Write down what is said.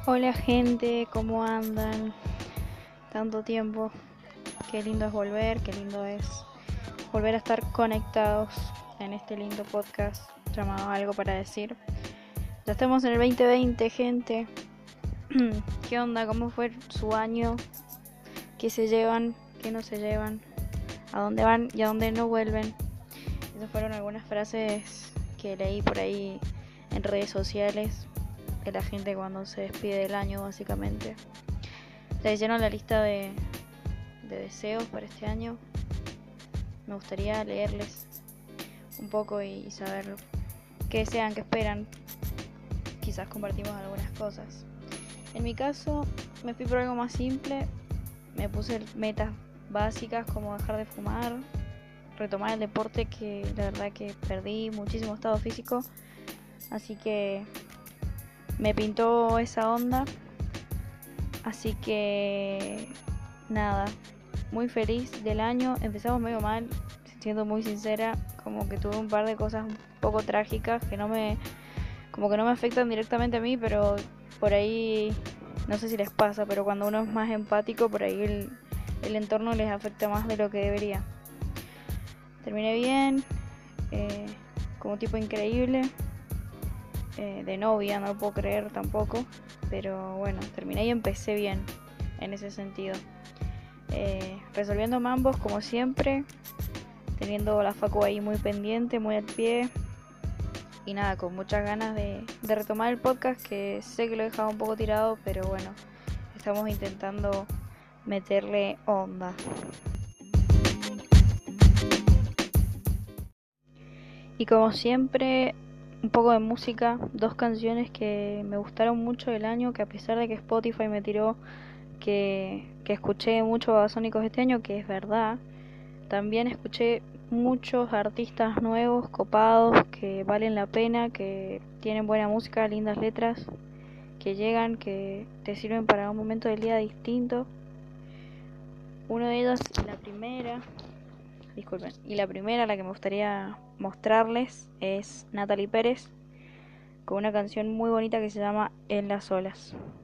Hola gente, ¿cómo andan? Tanto tiempo. Qué lindo es volver, qué lindo es volver a estar conectados en este lindo podcast llamado Algo para Decir. Ya estamos en el 2020, gente. ¿Qué onda? ¿Cómo fue su año? ¿Qué se llevan? ¿Qué no se llevan? ¿A dónde van y a dónde no vuelven? Esas fueron algunas frases que leí por ahí en redes sociales de la gente cuando se despide del año, básicamente. ¿Ya hicieron la lista de deseos para este año? Me gustaría leerles un poco y saber qué desean, qué esperan. Quizás compartimos algunas cosas. En mi caso, me fui por algo más simple. Me puse metas básicas como dejar de fumar, retomar el deporte, que la verdad que perdí muchísimo estado físico. Así que me pintó esa onda. Así que nada, muy feliz del año. Empezamos medio mal, siendo muy sincera, como que tuve un par de cosas un poco trágicas que no me afectan directamente a mí, pero por ahí no sé si les pasa, pero cuando uno es más empático, por ahí el entorno les afecta más de lo que debería. Terminé bien, como tipo increíble, de novia, no lo puedo creer tampoco, pero bueno, terminé y empecé bien en ese sentido. Resolviendo mambos como siempre, teniendo la facu ahí muy pendiente, muy al pie, y nada, con muchas ganas de retomar el podcast, que sé que lo he dejado un poco tirado, pero bueno, estamos intentando meterle onda. Y como siempre, un poco de música, 2 canciones que me gustaron mucho del año, que a pesar de que Spotify me tiró que escuché mucho Babasónicos este año, que es verdad, también escuché muchos artistas nuevos, copados, que valen la pena, que tienen buena música, lindas letras, que llegan, que te sirven para un momento del día distinto. Uno de ellos, la primera, la que me gustaría mostrarles, es Natalie Pérez, con una canción muy bonita que se llama En las olas.